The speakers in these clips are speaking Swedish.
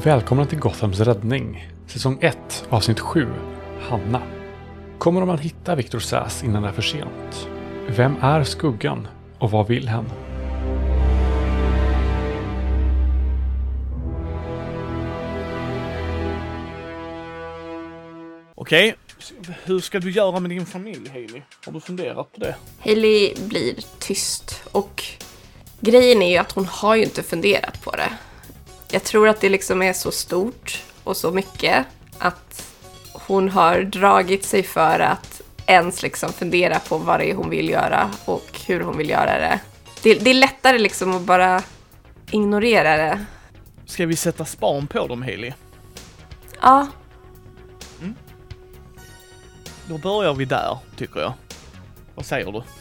Välkomna till Gothams räddning, säsong 1, avsnitt 7, Hanna. Kommer de att hitta Victor Sass innan det är för sent? Vem är skuggan och vad vill hen? Okej, hur ska du göra med din familj, Hailey? Har du funderat på det? Hailey blir tyst och grejen är ju att hon har ju inte funderat på det. Jag tror att det liksom är så stort och så mycket att hon har dragit sig för att ens liksom fundera på vad det är hon vill göra och hur hon vill göra det. Det är lättare liksom att bara ignorera det. Ska vi sätta span på dem, Hailey? Ja. Då börjar vi där, tycker jag. Vad säger du?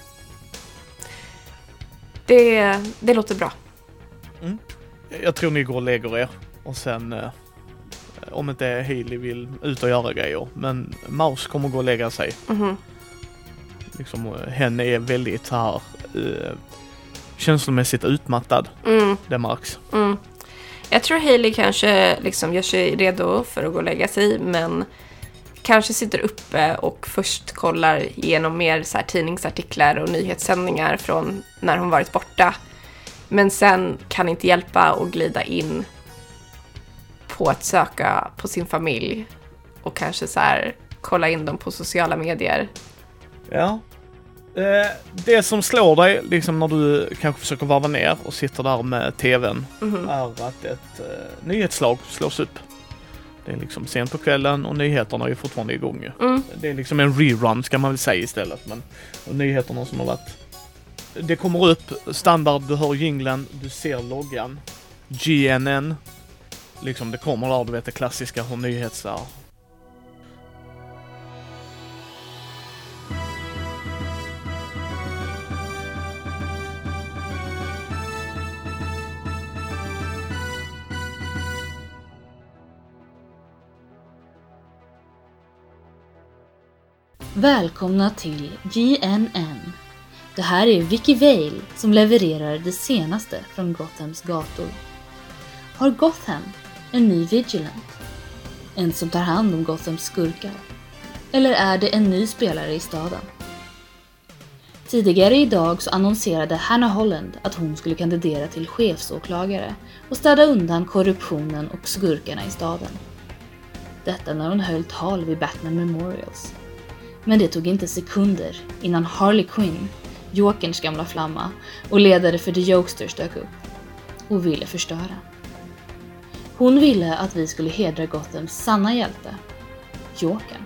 Det låter bra. Jag tror ni går och lägger er. Och sen, om inte Hailey vill ut och göra grejer. Men Mouse kommer gå och lägga sig. Liksom, henne är väldigt så här känslomässigt utmattad. Det märks. Jag tror Hailey kanske liksom gör sig redo för att gå och lägga sig, men kanske sitter uppe och först kollar igenom mer så här tidningsartiklar och nyhetssändningar från när hon varit borta. Men sen kan inte hjälpa att glida in på att söka på sin familj och kanske så här kolla in dem på sociala medier. Ja. Det som slår dig liksom när du kanske försöker varva ner och sitter där med tvn är att ett nyhetslag slås upp. Det är liksom sent på kvällen och nyheterna är ju fortfarande igång. Det är liksom en rerun ska man väl säga istället. Men nyheterna som har varit... Det kommer upp standard, du hör jinglen, du ser loggan. GNN. Liksom det kommer där, du vet det klassiska hur nyhetsar. Välkomna till GNN. Det här är Vicky Vale som levererar det senaste från Gothams gator. Har Gotham en ny Vigilant? En som tar hand om Gothams skurkar? Eller är det en ny spelare i staden? Tidigare idag så annonserade Hannah Holland att hon skulle kandidera till chefsåklagare och städa undan korruptionen och skurkarna i staden. Detta när hon höll tal vid Batman Memorials. Men det tog inte sekunder innan Harley Quinn, Jokerns gamla flamma och ledare för The Jokesters dök upp och ville förstöra. Hon ville att vi skulle hedra Gothams sanna hjälte, Jokern.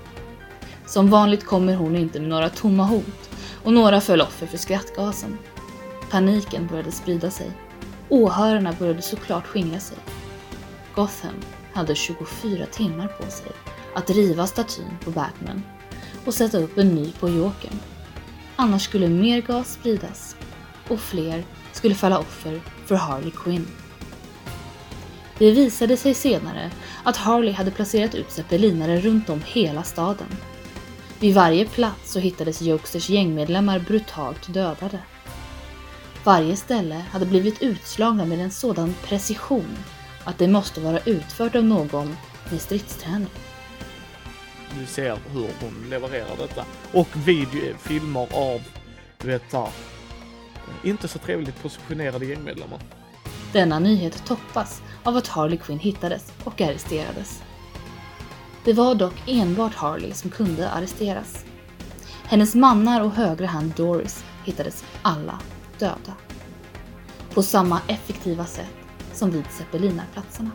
Som vanligt kommer hon inte med några tomma hot och några föll offer för skrattgasen. Paniken började sprida sig. Åhörarna började såklart skingra sig. Gotham hade 24 timmar på sig att riva statyn på Batman och sätta upp en ny på Jokern. Annars skulle mer gas spridas och fler skulle falla offer för Harley Quinn. Det visade sig senare att Harley hade placerat ut zeppelinare runt om hela staden. Vid varje plats så hittades Jokesters gängmedlemmar brutalt dödade. Varje ställe hade blivit utslagna med en sådan precision att det måste vara utfört av någon med stridsträning. Du ser hur hon levererar detta. Och filmer av, du vet, inte så trevligt positionerade gängmedlemmar. Denna nyhet toppas av att Harley Quinn hittades och arresterades. Det var dock enbart Harley som kunde arresteras. Hennes mannar och högra hand Doris hittades alla döda. På samma effektiva sätt som vid zeppelinarplatserna.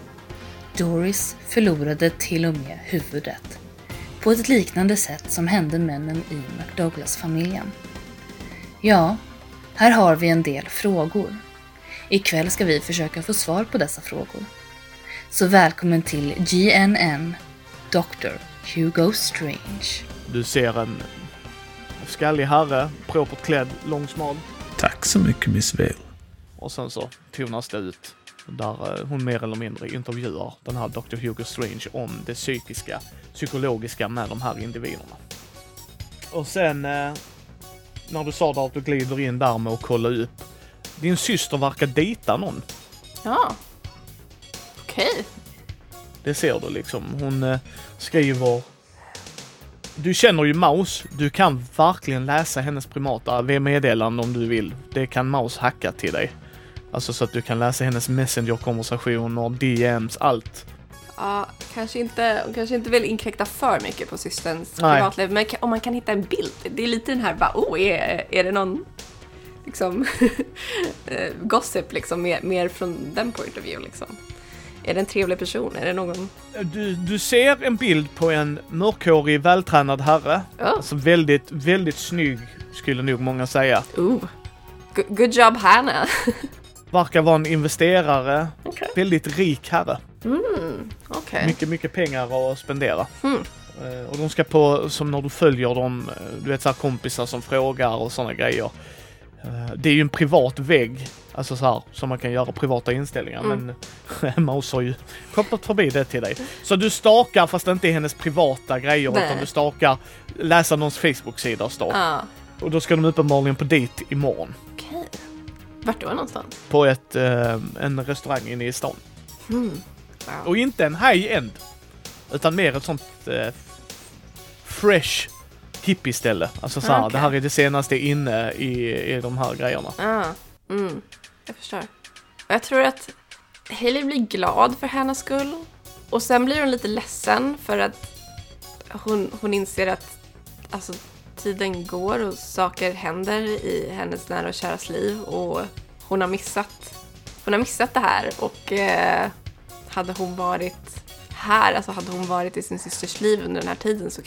Doris förlorade till och med huvudet. På ett liknande sätt som hände männen i McDouglas-familjen. Ja, här har vi en del frågor. Ikväll ska vi försöka få svar på dessa frågor. Så välkommen till GNN, Dr. Hugo Strange. Du ser en skallig herre, propert klädd, långsmal. Tack så mycket, Miss Vale. Och sen så tonas det ut där hon mer eller mindre intervjuar den här Dr. Hugo Strange om det psykologiska med de här individerna. Och sen när du sa där att du glider in där med att kolla upp. Din syster verkar dejta någon. Ja. Okej. Det ser du liksom. Hon skriver... Du känner ju Mouse. Du kan verkligen läsa hennes privata meddelanden om du vill. Det kan Mouse hacka till dig. Alltså så att du kan läsa hennes messenger-konversationer, DMs, allt. Ja, kanske inte vill inkräkta för mycket på systerns privatliv. Men om man kan hitta en bild. Det är lite den här, är det någon liksom gossip liksom, mer från den point of view liksom. Är det en trevlig person? Är det någon... Du ser en bild på en mörkhårig, vältränad herre. Alltså väldigt, väldigt snygg, skulle nog många säga. Good job, Hannah. Verkar vara en investerare. Okay. Väldigt rik herre. Okay. Mycket pengar att spendera. Och de ska på, som när du följer dem, du vet så här kompisar som frågar och sådana grejer. Det är ju en privat vägg, alltså så här, som man kan göra privata inställningar, men Mouse har ju kopplat förbi det till dig. Så du stakar, fast det inte är hennes privata grejer, utan du stakar, läsa någons Facebook-sida och då ska de uppenbarligen på dejt imorgon. Okej. Vart då någonstans? På en restaurang inne i stan. Wow. Och inte en high-end, utan mer ett sånt fresh hippie-ställe. Alltså så här, det här är det senaste inne i de här grejerna. Jag förstår. Jag tror att Hailey blir glad för hennes skull. Och sen blir hon lite ledsen för att hon inser att alltså, tiden går och saker händer i hennes nära och käras liv. Och hon har missat det här. Och hade hon varit här, alltså hade hon varit i sin systers liv under den här tiden, så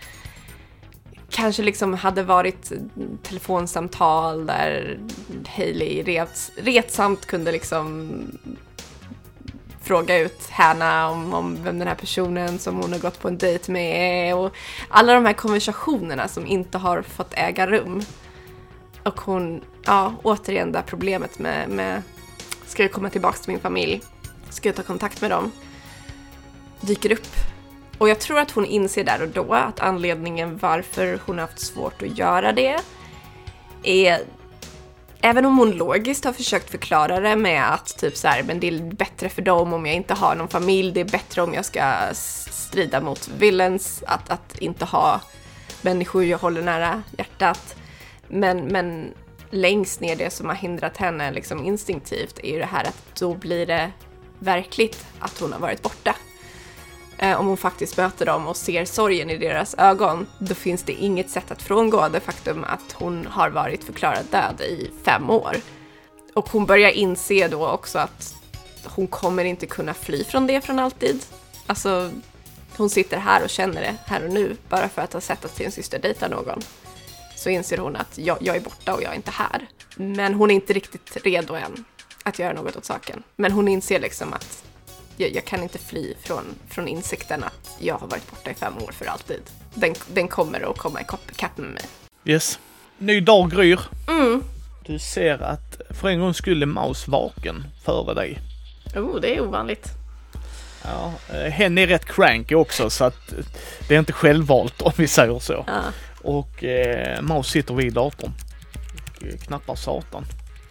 kanske liksom hade varit telefonsamtal där Hailey retsamt kunde liksom fråga ut Hannah om vem den här personen som hon har gått på en dejt med är, och alla de här konversationerna som inte har fått äga rum. Och hon, återigen det problemet med ska jag komma tillbaka till min familj, ska jag ta kontakt med dem, dyker upp. Och jag tror att hon inser där och då att anledningen varför hon har haft svårt att göra det är, även om hon logiskt har försökt förklara det med att typ så här, men det är bättre för dem om jag inte har någon familj, det är bättre om jag ska strida mot villains, att inte ha människor jag håller nära hjärtat. Men längst ner det som har hindrat henne liksom instinktivt är ju det här att då blir det verkligt att hon har varit borta. Om hon faktiskt möter dem och ser sorgen i deras ögon, då finns det inget sätt att frångå det faktum att hon har varit förklarad död i 5 år. Och hon börjar inse då också att hon kommer inte kunna fly från det från alltid. Alltså, hon sitter här och känner det här och nu, bara för att ha sett att sin syster dejtar någon. Så inser hon att jag är borta och jag är inte här. Men hon är inte riktigt redo än att göra något åt saken. Men hon inser liksom att jag kan inte fly från insikten att jag har varit borta i 5 år för alltid. Den kommer att komma ikapp med mig. Yes. Ny dag gryr. Du ser att för en gång skulle Mouse vaken före dig. Det är ovanligt. Ja, hen är rätt cranky också, så att det är inte självvalt om vi säger så. Och Mouse sitter vid datorn och knappar satan.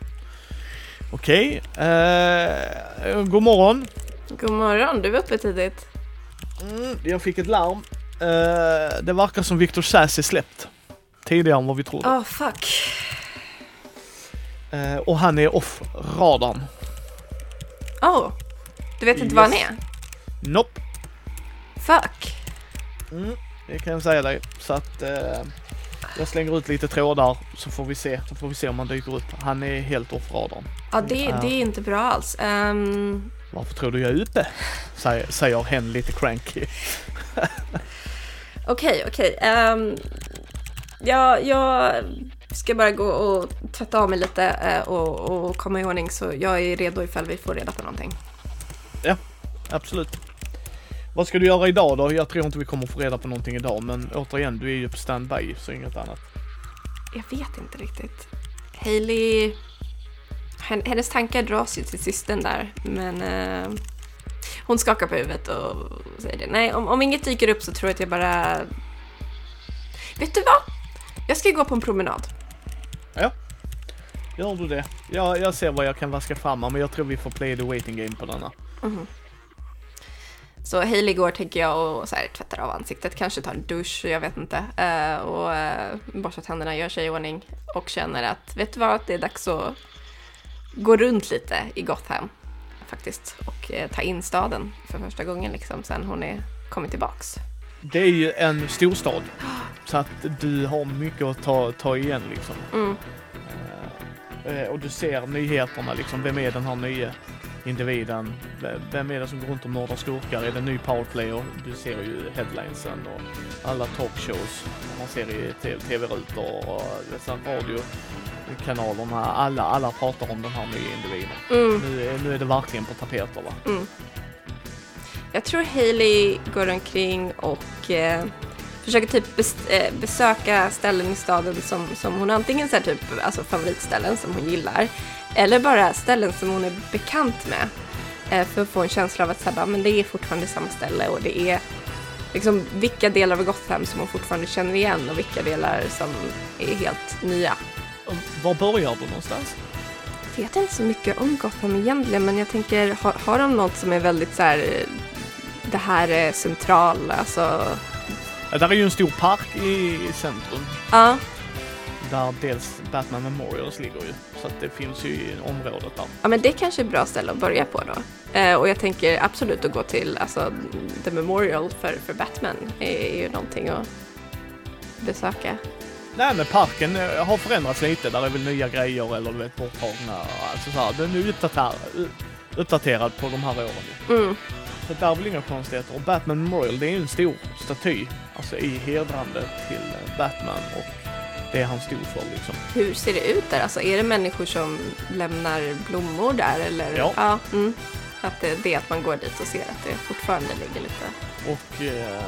Okej. God morgon. God morgon, du var uppe tidigt. Jag fick ett larm. Det verkar som Victor Sass är släppt tidigare än vad vi trodde. Fuck. Och han är off radarn. Du vet inte var han är? Nope. Fuck. Det kan jag säga dig. Så att jag slänger ut lite trådar, så får vi se om han dyker upp. Han är helt off radarn. Det är inte bra alls. Varför tror du jag är ute? Säger hen lite cranky. Okej. Jag ska bara gå och tvätta av mig lite och komma i ordning, så jag är redo ifall vi får reda på någonting. Ja, absolut. Vad ska du göra idag då? Jag tror inte vi kommer få reda på någonting idag, men återigen, du är ju på standby, så inget annat. Jag vet inte riktigt. Hailey, hennes tankar dras ju till systern där, men hon skakar på huvudet och säger det. Nej, om inget dyker upp så tror jag att jag bara... Vet du vad? Jag ska gå på en promenad. Ja, gör du det? Jag ser vad jag kan vaska fram, men jag tror vi får play the waiting game på denna. Så Hailey går, tänker jag, och så här, tvättar av ansiktet, kanske tar en dusch, jag vet inte. Och borstar tänderna, gör sig i ordning och känner att, vet du vad, det är dags att gå runt lite i Gotham faktiskt. Och ta in staden för första gången liksom, sen hon är kommit tillbaks. Det är ju en storstad, så att du har mycket att ta igen liksom. Och du ser nyheterna liksom, vem är den här nya individen, vem är det som går runt och mördar skurkar, är det en ny powerplayer? Du ser ju headlinesen och alla talkshows man ser i tv-rutor och radiokanalerna, alla pratar om den här nya individen. Nu är det verkligen på tapeter, va? Jag tror Hailey går omkring och försöker typ besöka ställen i staden som hon antingen så typ, alltså favoritställen som hon gillar, eller bara ställen som hon är bekant med, för att få en känsla av att så här, men det är fortfarande samma ställe, och det är liksom vilka delar av Gotham som hon fortfarande känner igen och vilka delar som är helt nya. Var börjar du någonstans? Jag vet inte så mycket om Gotham egentligen, men jag tänker, har de något som är väldigt så här, det här är central, alltså... Ja, där är ju en stor park i centrum. Ja. Där dels Batman Memorials ligger ju, så att det finns ju i området där. Ja, men det kanske är ett bra ställe att börja på då. Och jag tänker absolut att gå till, alltså, The Memorial för Batman är ju någonting att besöka. Nej, men parken har förändrats lite. Där är väl nya grejer eller du vet, borttagna. Alltså så här, den är uppdaterad på de här åren. Så där är väl inga konstigheter. Och Batman Memorial, det är ju en stor staty, alltså i hedrande till Batman, och det han stod för liksom. Hur ser det ut där? Alltså är det människor som lämnar blommor där eller? Ja. Att det är att man går dit och ser att det fortfarande ligger lite. Och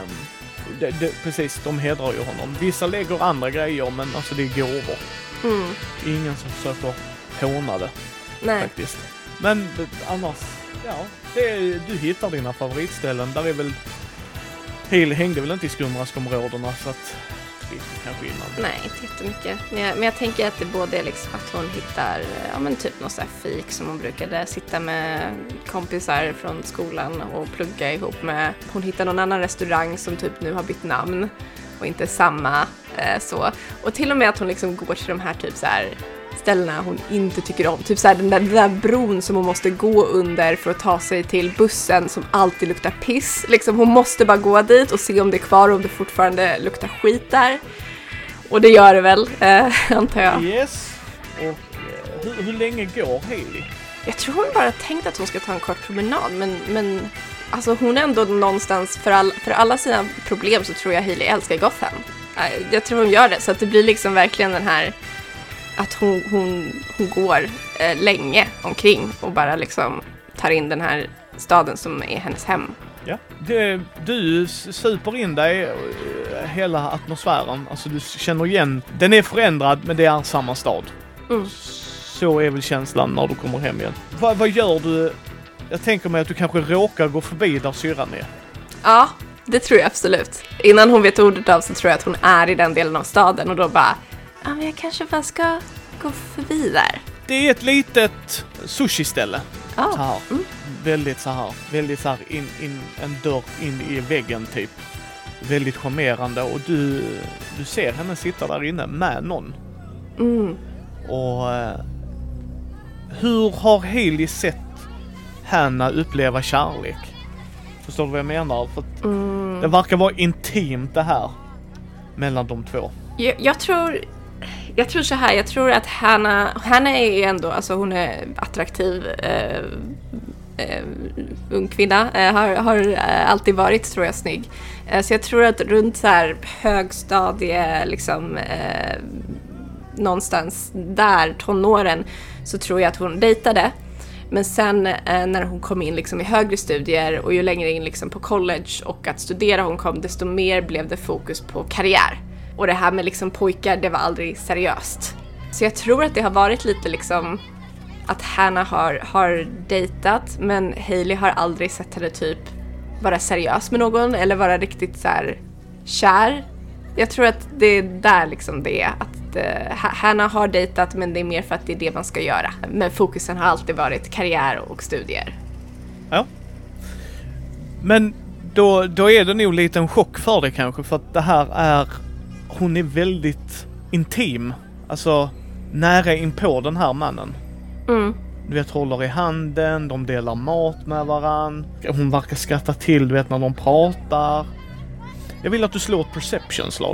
precis, de hedrar ju honom. Vissa lägger andra grejer, men alltså det är gåvor. Ingen som försöker håna det. Nej. Faktiskt. Men annars, ja, du hittar dina favoritställen. Där är väl Hailey hängde väl inte i skumraskområdena, så att kanske innan. Nej, inte jättemycket. Men jag tänker att det både är liksom att hon hittar, ja men typ något så här fik som hon brukade sitta med kompisar från skolan och plugga ihop med. Hon hittar någon annan restaurang som typ nu har bytt namn och inte samma så. Och till och med att hon liksom går till de här typ så här ställena hon inte tycker om. Typ så här den där bron som hon måste gå under för att ta sig till bussen som alltid luktar piss. Liksom, hon måste bara gå dit och se om det är kvar och om det fortfarande luktar skit där. Och det gör det väl, antar jag. Yes. Och hur länge går Hailey? Jag tror hon bara tänkt att hon ska ta en kort promenad. Men alltså hon är ändå någonstans, för alla sina problem så tror jag Hailey älskar Gotham. Jag tror hon gör det, så att det blir liksom verkligen den här att hon går länge omkring och bara liksom tar in den här staden som är hennes hem. Ja, du super in dig hela atmosfären. Alltså du känner igen, den är förändrad men det är samma stad. Så är väl känslan när du kommer hem igen. Vad gör du? Jag tänker mig att du kanske råkar gå förbi där syrran är. Ja, det tror jag absolut. Innan hon vet ordet av så tror jag att hon är i den delen av staden och då bara, ja men jag kanske bara ska gå förbi där. Det är ett litet sushi-ställe. Så här. Väldigt så här en dörr in i väggen typ. Väldigt charmerande, och du ser henne sitta där inne med någon. Och hur har Hailey sett henne uppleva kärlek? Förstår du vad jag menar? För att det verkar vara intimt det här mellan de två. Jag tror så här, jag tror att Hannah är ändå, alltså hon är attraktiv ung kvinna, har alltid varit, tror jag, snygg. Så jag tror att runt så här högstadie liksom någonstans där, tonåren, så tror jag att hon dejtade. Men sen när hon kom in liksom i högre studier och ju längre in liksom på college och att studera hon kom, desto mer blev det fokus på karriär. Och det här med liksom pojkar, det var aldrig seriöst. Så jag tror att det har varit lite liksom att Hannah har dejtat, men Hailey har aldrig sett henne typ vara seriös med någon eller vara riktigt så här kär. Jag tror att det är där liksom det är. Att Hannah har dejtat, men det är mer för att det är det man ska göra. Men fokusen har alltid varit karriär och studier. Ja. Men då är det nog lite en chock för dig kanske, för att det här är... Hon är väldigt intim. Alltså, nära in på den här mannen. Du vet, håller i handen, de delar mat med varann. Hon verkar skratta till, du vet, när de pratar. Jag vill att du slår ett perception-slag.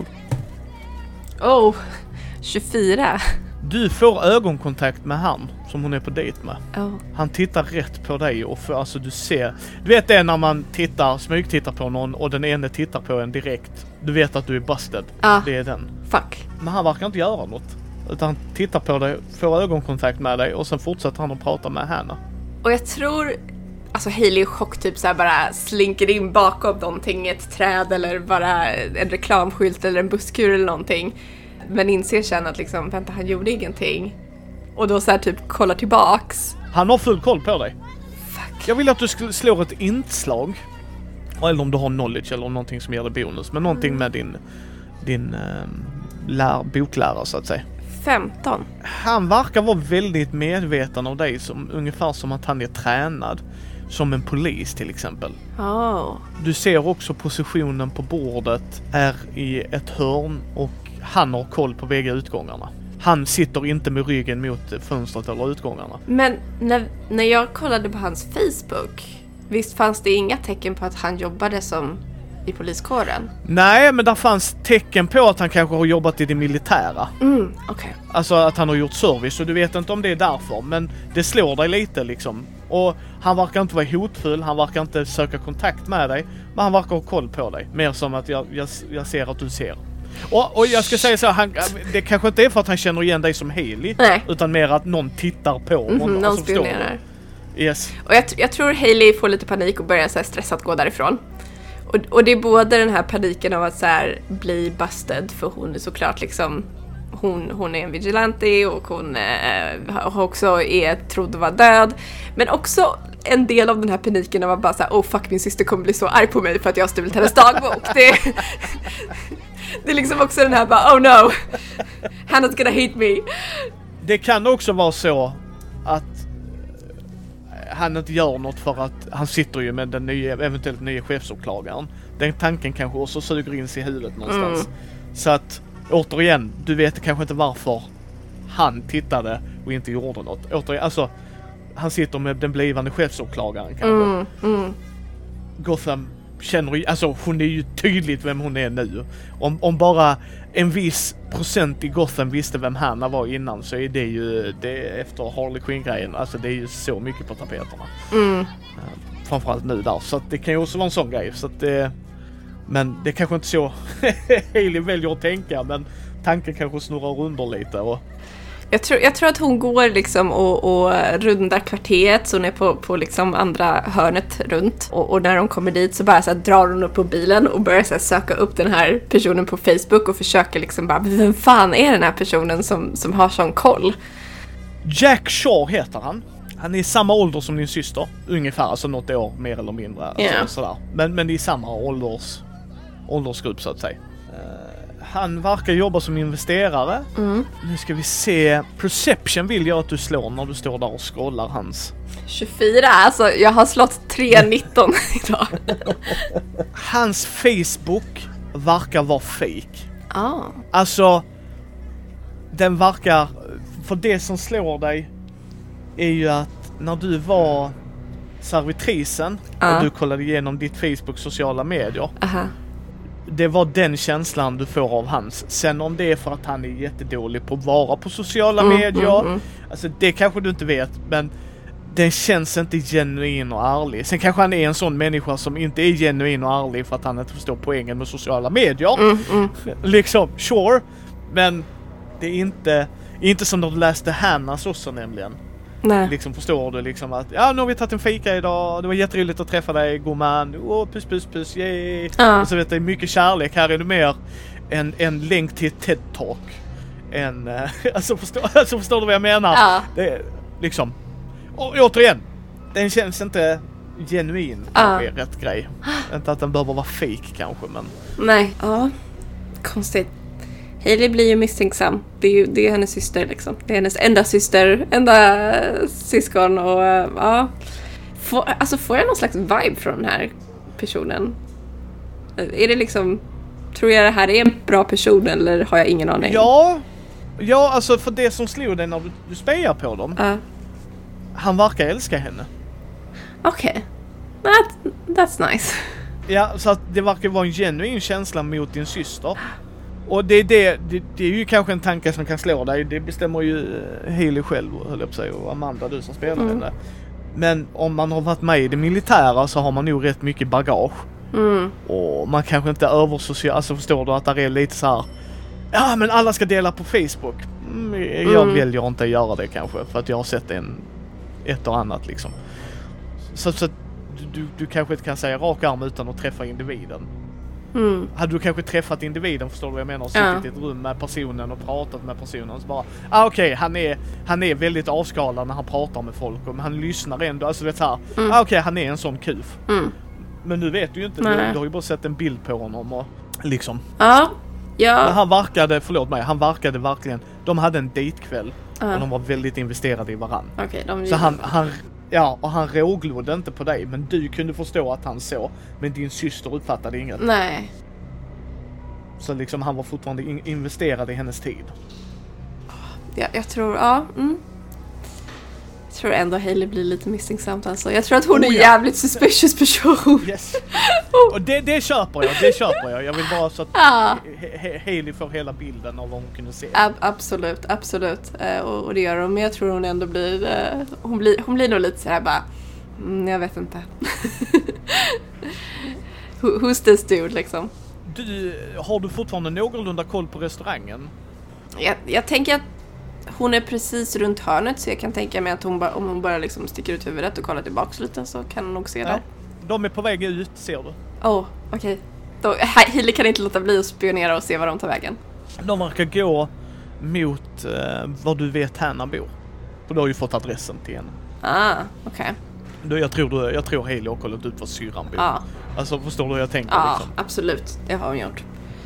24. Du får ögonkontakt med han som hon är på dejt med. Han tittar rätt på dig och alltså du ser... Du vet det när man smygtittar på någon och den ene tittar på en direkt. Du vet att du är busted. Det är den. Fuck. Men han verkar inte göra något. Utan han tittar på dig, får ögonkontakt med dig och sen fortsätter han att prata med henne. Och jag tror... Alltså Hailey i chock typ så här bara slinker in bakom någonting, ett träd eller bara en reklamskylt eller en busskur eller någonting. Men inser sen att liksom, vänta, han gjorde ingenting. Och då så här typ kollar tillbaks. Han har full koll på dig. Fuck. Jag vill att du slår ett inslag. Eller om du har knowledge eller någonting som ger dig bonus. Men någonting med din boklärare så att säga. 15. Han verkar vara väldigt medveten av dig, ungefär som att han är tränad. Som en polis till exempel. Du ser också positionen på bordet är i ett hörn och han har koll på bägge utgångarna. Han sitter inte med ryggen mot fönstret eller utgångarna. Men när jag kollade på hans Facebook, visst fanns det inga tecken på att han jobbade som i poliskåren? Nej, men där fanns tecken på att han kanske har jobbat i det militära. Okej. Alltså att han har gjort service, och du vet inte om det är därför, men det slår dig lite liksom. Och han verkar inte vara hotfull, han verkar inte söka kontakt med dig, men han verkar ha koll på dig. Mer som att jag ser att du ser. Och jag ska säga så, det kanske inte är för att han känner igen dig som Hailey. Nej. Utan mer att någon tittar på honom. Någon alltså, spionerar. Yes. Och jag tror Hailey får lite panik och börjar så här stressat gå därifrån. Och det är både den här paniken av att så här bli busted, för hon är såklart liksom... Hon är en vigilante och hon också är trodd att vara död. Men också en del av den här paniken av att bara såhär, fuck, min syster kommer bli så arg på mig för att jag har stulit hennes dagbok. Det är liksom också den här bara, oh no, Hannah's gonna hate me. Det kan också vara så att han inte gör något för att han sitter ju med den eventuellt nya chefsåklagaren. Den tanken kanske också suger in sig i huvudet någonstans. Så att återigen, du vet kanske inte varför han tittade och inte gjorde något. Återigen, alltså, han sitter med den blivande chefsåklagaren kanske. Gotham känner ju, alltså hon är ju tydligt vem hon är nu. Om bara en viss procent i Gotham visste vem Hannah var innan, så är det ju det efter Harley Quinn-grejen. Alltså det är ju så mycket på tapeterna. Framförallt nu där. Så att det kan ju också vara en sån grej. Så att men det är kanske inte så Hailey väljer att tänka, men tanken kanske snurrar runder lite. Och Jag tror att hon går liksom och rundar kvarteret, så hon är på liksom andra hörnet runt. Och när de kommer dit så bara så här drar hon upp på bilen och börjar så här söka upp den här personen på Facebook och försöker liksom bara, vem fan är den här personen som har sån koll? Jack Shaw heter han. Han är i samma ålder som din syster, ungefär, alltså något år mer eller mindre. Alltså, sådär. Men i samma åldersgrupp så att säga. Han verkar jobba som investerare. Nu ska vi se. Perception vill jag att du slår när du står där och scrollar hans. 24, alltså jag har slått 3-19 idag. Hans Facebook verkar vara fake. Alltså, den verkar... För det som slår dig är ju att när du var servitrisen och du kollade igenom ditt Facebook sociala medier, det var den känslan du får av hans. Sen om det är för att han är jättedålig på att vara på sociala medier, alltså det kanske du inte vet, men den känns inte genuin och ärlig. Sen kanske han är en sån människa som inte är genuin och ärlig för att han inte förstår poängen med sociala medier. Liksom, sure, men det är inte som när du läste Hannahs också nämligen. Nej. Liksom förstår du liksom att nu har vi tagit en fika idag, det var jätteroligt att träffa dig, god man, puss, yay. Och så vet du, mycket kärlek. Här är det mer en länk till TED-talk. Alltså förstår du vad jag menar? Det är liksom, och återigen, den känns inte genuin, kanske är rätt grej. Inte att den behöver vara fake kanske, men... Nej, konstigt. Hailey blir ju misstänksam. Det är hennes syster liksom. Det är hennes enda syskon och får jag någon slags vibe från den här personen? Är det liksom... Tror jag det här är en bra person eller har jag ingen aning? Ja, alltså för det som slog dig när du spejar på dem. Han verkar älska henne. Okej. That's nice. Ja, så att det verkar vara en genuin känsla mot din syster. Och det är ju kanske en tanke som kan slå dig. Det bestämmer ju Hailey själv, höll jag på sig, och Amanda, du som spelar henne. Men om man har varit med i det militära så har man nog rätt mycket bagage. Och man kanske inte översocial, alltså förstår du att det är lite så här. Ja, men alla ska dela på Facebook. Jag väljer inte att göra det kanske, för att jag har sett ett och annat liksom. Så du kanske inte kan säga rak arm utan att träffa individen. Hade du kanske träffat individen, förstår du vad jag menar, och suttit i ett rum med personen och pratat med personen, så bara, okej, han är väldigt avskalad när han pratar med folk, och han lyssnar ändå, alltså det är så här, okej, han är en sån kuf. Men du vet ju inte, du har ju bara sett en bild på honom och liksom. Ja. Men han verkade verkligen, de hade en dejtkväll och de var väldigt investerade i varann. Så han råglodde inte på dig, men du kunde förstå att han så, men din syster uppfattade inget. Nej. Så liksom han var fortfarande investerad i hennes tid. Jag tror, Jag tror ändå Hailey blir lite misstänksamt alltså. Jag tror att hon är en jävligt suspicious person. Yes. Och det köper jag. Jag vill bara så att Hailey får hela bilden av vad hon kunde se. Absolut. Och det gör hon. Men jag tror hon ändå blir... Hon blir nog lite så här bara... jag vet inte. Who's this dude liksom? Har du fortfarande någorlunda koll på restaurangen? Jag tänker att hon är precis runt hörnet, så jag kan tänka mig att om hon bara liksom sticker ut huvudet och kollar tillbaka lite, så kan hon nog se där. De är på väg ut, ser du. Okej. Då Hailey kan inte låta bli att spionera och se var de tar vägen. De verkar gå mot var du vet Hanna bor. För du har ju fått adressen till henne. Okej. Jag tror Hailey har kollat upp var syrran bor. Alltså förstår du hur jag tänker liksom? Absolut. Det har hon gjort.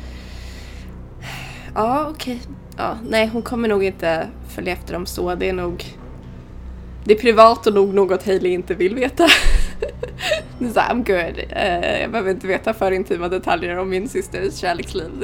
Okej. Nej, hon kommer nog inte följa efter dem så. Det är privat och nog något Hailey inte vill veta. Det är så, I'm good. Jag behöver inte veta för intima detaljer om min systers kärleksliv.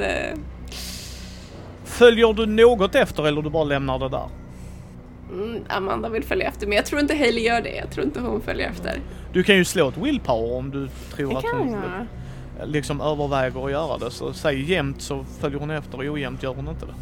Följer du något efter eller du bara lämnar det där? Amanda vill följa efter, men jag tror inte Hailey gör det. Jag tror inte hon följer efter. Du kan ju slå ett willpower om du tror att hon liksom överväger att göra det. Så säg jämnt så följer hon efter, och ojämnt gör hon inte det.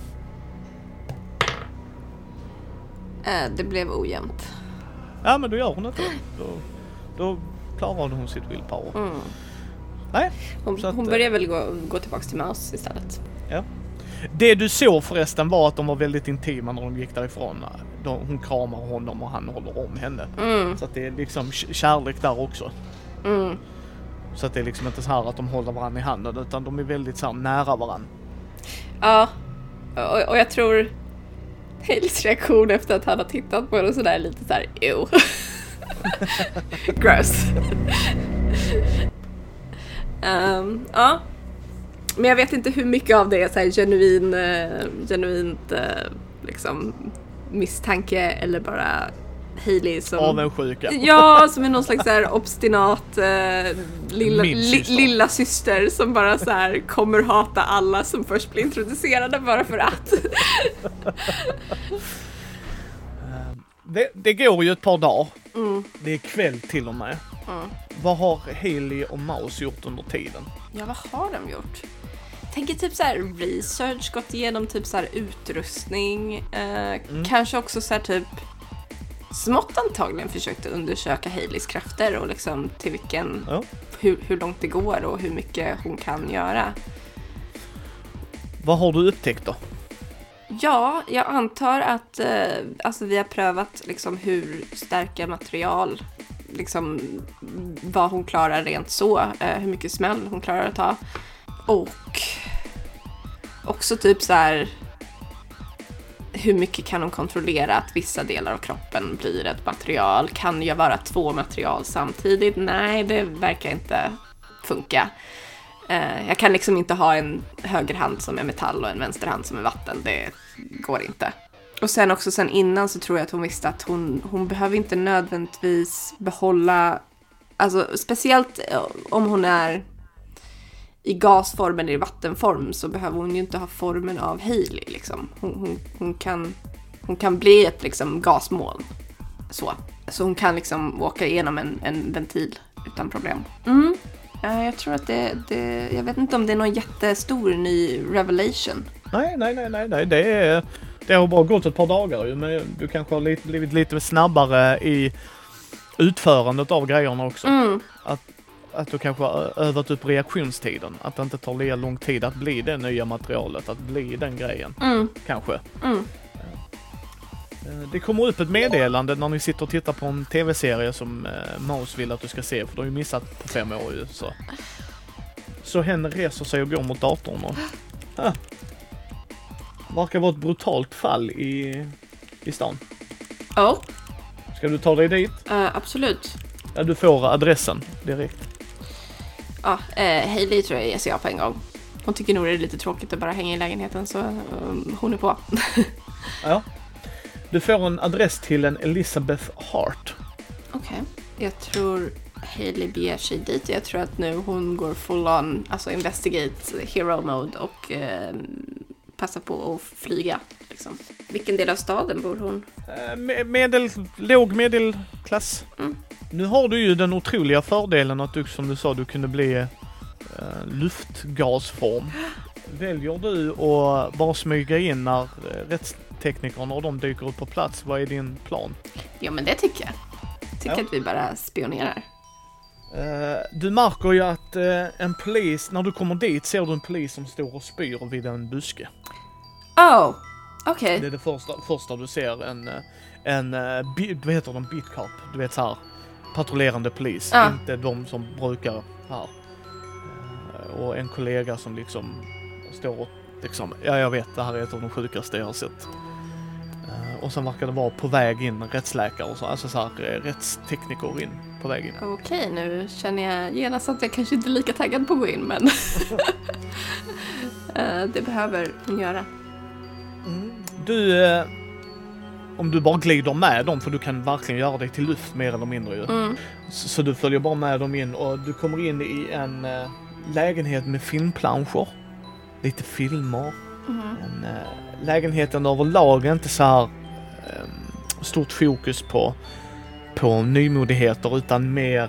Det blev ojämnt. Ja, men då gör hon inte det. Då klarar hon sitt willpower. Nej. Hon börjar väl gå tillbaka till Mouse istället. Ja. Det du såg förresten var att de var väldigt intima när de gick därifrån. Hon kramar honom och han håller om henne. Så att det är liksom kärlek där också. Så att det är liksom inte så här att de håller varandra i handen, utan de är väldigt så här nära varandra. Ja. Och jag tror Haileys reaktion efter att han har tittat på henne sådär lite såhär, ew. Gross. Ja. Men jag vet inte hur mycket av det är så här genuint liksom misstanke eller bara Hailey som avundsjuka. Ja, som är någon slags så här obstinat lilla syster som bara så här kommer hata alla som först blir introducerade bara för att. Det går ju ett par dagar. Det är kväll till och med. Vad har Hailey och Mouse gjort under tiden? Ja, vad har de gjort? Jag tänker typ så här research, gått igenom typ så här utrustning. Kanske också så här typ smått antagligen försökte undersöka Haileys krafter och liksom till vilken hur långt det går och hur mycket hon kan göra. Vad har du upptäckt då? Ja, jag antar att alltså vi har prövat liksom hur starka material, liksom vad hon klarar rent så, hur mycket smäll hon klarar att ta. Och också typ så här, hur mycket kan hon kontrollera att vissa delar av kroppen blir ett material? Kan jag vara 2 material samtidigt? Nej, det verkar inte funka. Jag kan liksom inte ha en högerhand som är metall och en vänsterhand som är vatten. Det går inte. Och sen också sen innan så tror jag att hon visste att hon behöver inte nödvändigtvis behålla Alltså speciellt om hon är i gasform eller i vattenform så behöver hon ju inte ha formen av Hailey liksom. Hon kan bli ett liksom gasmoln. Så hon kan liksom åka igenom en ventil utan problem. Jag tror att jag vet inte om det är någon jättestor ny revelation. Nej. Det har bara gått ett par dagar ju, men du kanske har blivit lite snabbare i utförandet av grejerna också. Att du kanske har övat upp reaktionstiden. Att det inte tar lika lång tid att bli det nya materialet, att bli den grejen. Kanske. Det kommer upp ett meddelande när ni sitter och tittar på en tv-serie som Mouse vill att du ska se, för du har ju missat på 5 år ju. Så hen reser sig och går mot datorn och verkar vara ett brutalt fall i stan. Ja. Ska du ta dig dit? Absolut. Ja, du får adressen direkt. Ja, Hailey tror jag ger sig på en gång. Hon tycker nog det är lite tråkigt att bara hänga i lägenheten, så hon är på. Ja. Du får en adress till en Elizabeth Hart. Okej. Jag tror Hailey beger sig dit. Jag tror att nu hon går full on, alltså investigate hero mode och passar på att flyga. Liksom. Vilken del av staden bor hon? Låg medelklass. Nu har du ju den otroliga fördelen att du, som du sa, du kunde bli luftgasform. Väljer du att bara smyga in när rättsteknikerna och de dyker upp på plats? Vad är din plan? Ja, men det tycker jag. Att vi bara spionerar. Du märker ju att en polis, när du kommer dit ser du en polis som står och spyr vid en buske. Oh, okej. Det är det första du ser, vad heter de, beat cop, du vet så här, patrullerande polis, inte de som brukar här. Och en kollega som liksom står och liksom, jag vet, det här är ett av de sjukaste jag har sett. Och sen verkar det vara på väg in rättsläkare och så, alltså så här, rättstekniker in på väg in. Okej, nu känner jag genast att jag kanske inte är lika taggad på att gå in, men det behöver hon göra. Du, om du bara glider med dem, för du kan verkligen göra dig till luft mer eller mindre ju. Så du följer bara med dem in och du kommer in i en lägenhet med filmplanscher. Lite filmer. Lägenheten överlag är inte så här stort fokus på nymodigheter, utan mer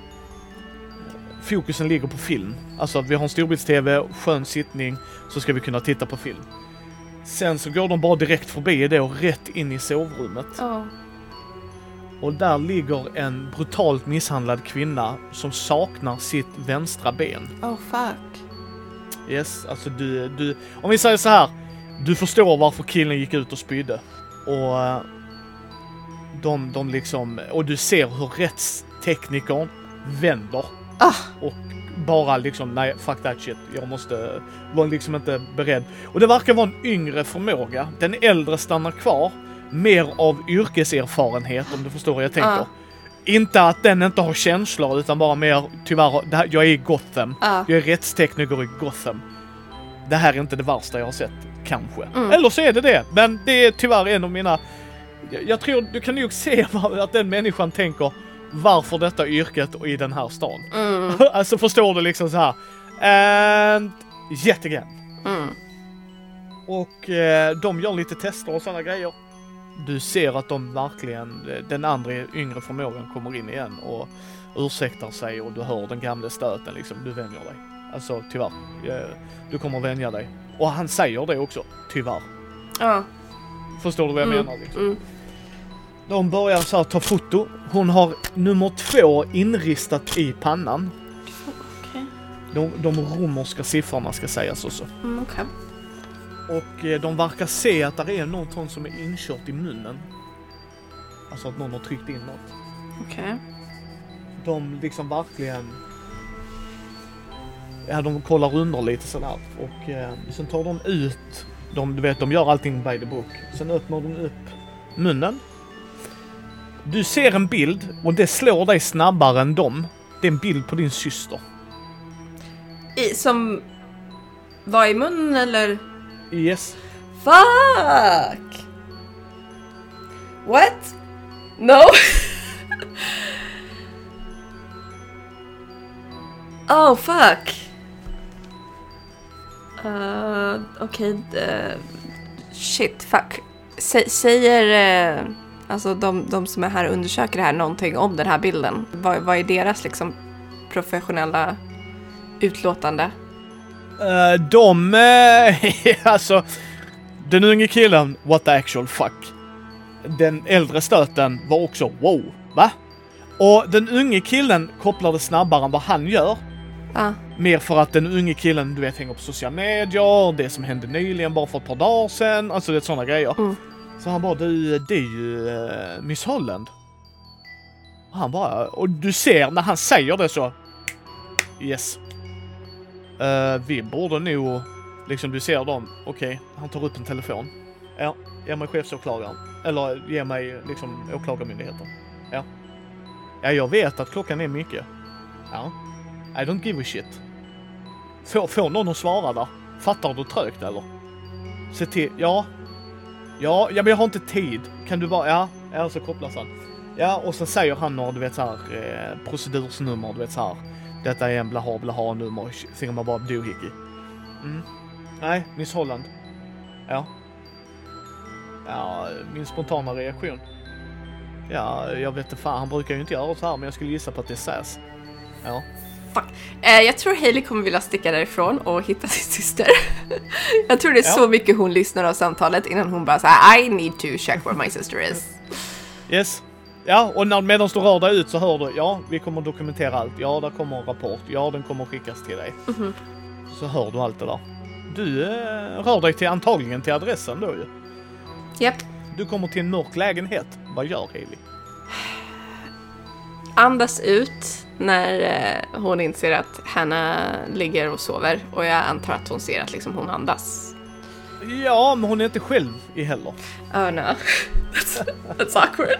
fokusen ligger på film. Alltså vi har en storbilds-tv, skön sittning, så ska vi kunna titta på film. Sen så går de bara direkt förbi det och rätt in i sovrummet. Och där ligger en brutalt misshandlad kvinna som saknar sitt vänstra ben. Oh fuck. Yes, alltså du om vi säger så här, du förstår varför killen gick ut och spydde. Och de liksom, och du ser hur rättsteknikern vänder. Och bara liksom, nej, fuck that shit. Jag måste vara liksom inte beredd. Och det verkar vara en yngre förmåga. Den äldre stannar kvar. Mer av yrkeserfarenhet, om du förstår vad jag tänker. Inte att den inte har känslor, utan bara mer, tyvärr, jag är i Gotham. Jag är rättstekniker i Gotham. Det här är inte det värsta jag har sett, kanske. Eller så är det. Men det är tyvärr en av mina... Jag tror du kan nog se att den människan tänker, varför detta yrket i den här stan? Alltså förstår du liksom så här. And yet again. Och de gör lite tester och sådana grejer. Du ser att de verkligen, den andra yngre förmågan kommer in igen och ursäktar sig, och du hör den gamla stöten liksom, du vänjer dig. Alltså tyvärr, du kommer vänja dig. Och han säger det också, tyvärr. Förstår du vad jag menar liksom? De börjar så här ta foto. Hon har nummer 2 inristat i pannan. De romerska siffrorna ska sägas också. Och de verkar se att det är något som är inkört i munnen. Alltså att någon har tryckt in något. De liksom verkligen... Ja, de kollar under lite sådär. Och sen tar de ut... De gör allting by the book. Sen öppnar de upp munnen. Du ser en bild, och det slår dig snabbare än dem. Det är en bild på din syster. Som var i munnen, eller? Yes. Fuck! What? No? Oh, fuck! Okej. Shit, fuck. Säger alltså de som är här och undersöker det här någonting om den här bilden? Vad är deras liksom professionella utlåtande? Alltså, den unge killen, what the actual fuck. Den äldre stöten var också, wow, va? Och den unge killen kopplar det snabbare än vad han gör. Mer för att den unge killen, du vet, hänger på sociala medier, det som hände nyligen bara för ett par dagar sedan, alltså det är sådana grejer. Så han bara, det är ju Miss Holland. Och han bara, och du ser när han säger det så, yes. Vi borde nog, liksom du ser dem, okej, han tar upp en telefon. Ja, ge mig chefsåklagaren. Eller ge mig liksom åklagarmyndigheten. Ja. Ja, jag vet att klockan är mycket. Ja. I don't give a shit. Får någon att svara där? Fattar du trögt eller? Se till, ja, men jag har inte tid. Kan du bara, ja, så kopplas han. Ja, och så säger han några, du vet så här, procedursnummer, du vet så här. Detta är en blaha nummer, säger man bara dohickey. Nej, Miss Holland. Ja. Ja, min spontana reaktion. Ja, jag vet inte fan, han brukar ju inte göra så här, men jag skulle gissa på att det är Sass. Ja. Fuck. Jag tror Hailey kommer vilja sticka därifrån och hitta sin syster. Jag tror det är så mycket hon lyssnar av samtalet innan hon bara säger I need to check where my sister is. Yes. Ja, och medan du rör dig ut så hör du, ja, vi kommer dokumentera allt. Ja, där kommer en rapport. Ja, den kommer skickas till dig. Så hör du allt det där. Du rör dig till antagligen till adressen då ju. Japp. Du kommer till en mörk lägenhet. Vad gör Hailey? Andas ut när hon inser att Hannah ligger och sover. Och jag antar att hon ser att liksom hon andas. Ja, men hon är inte själv i heller. Oh no. That's awkward.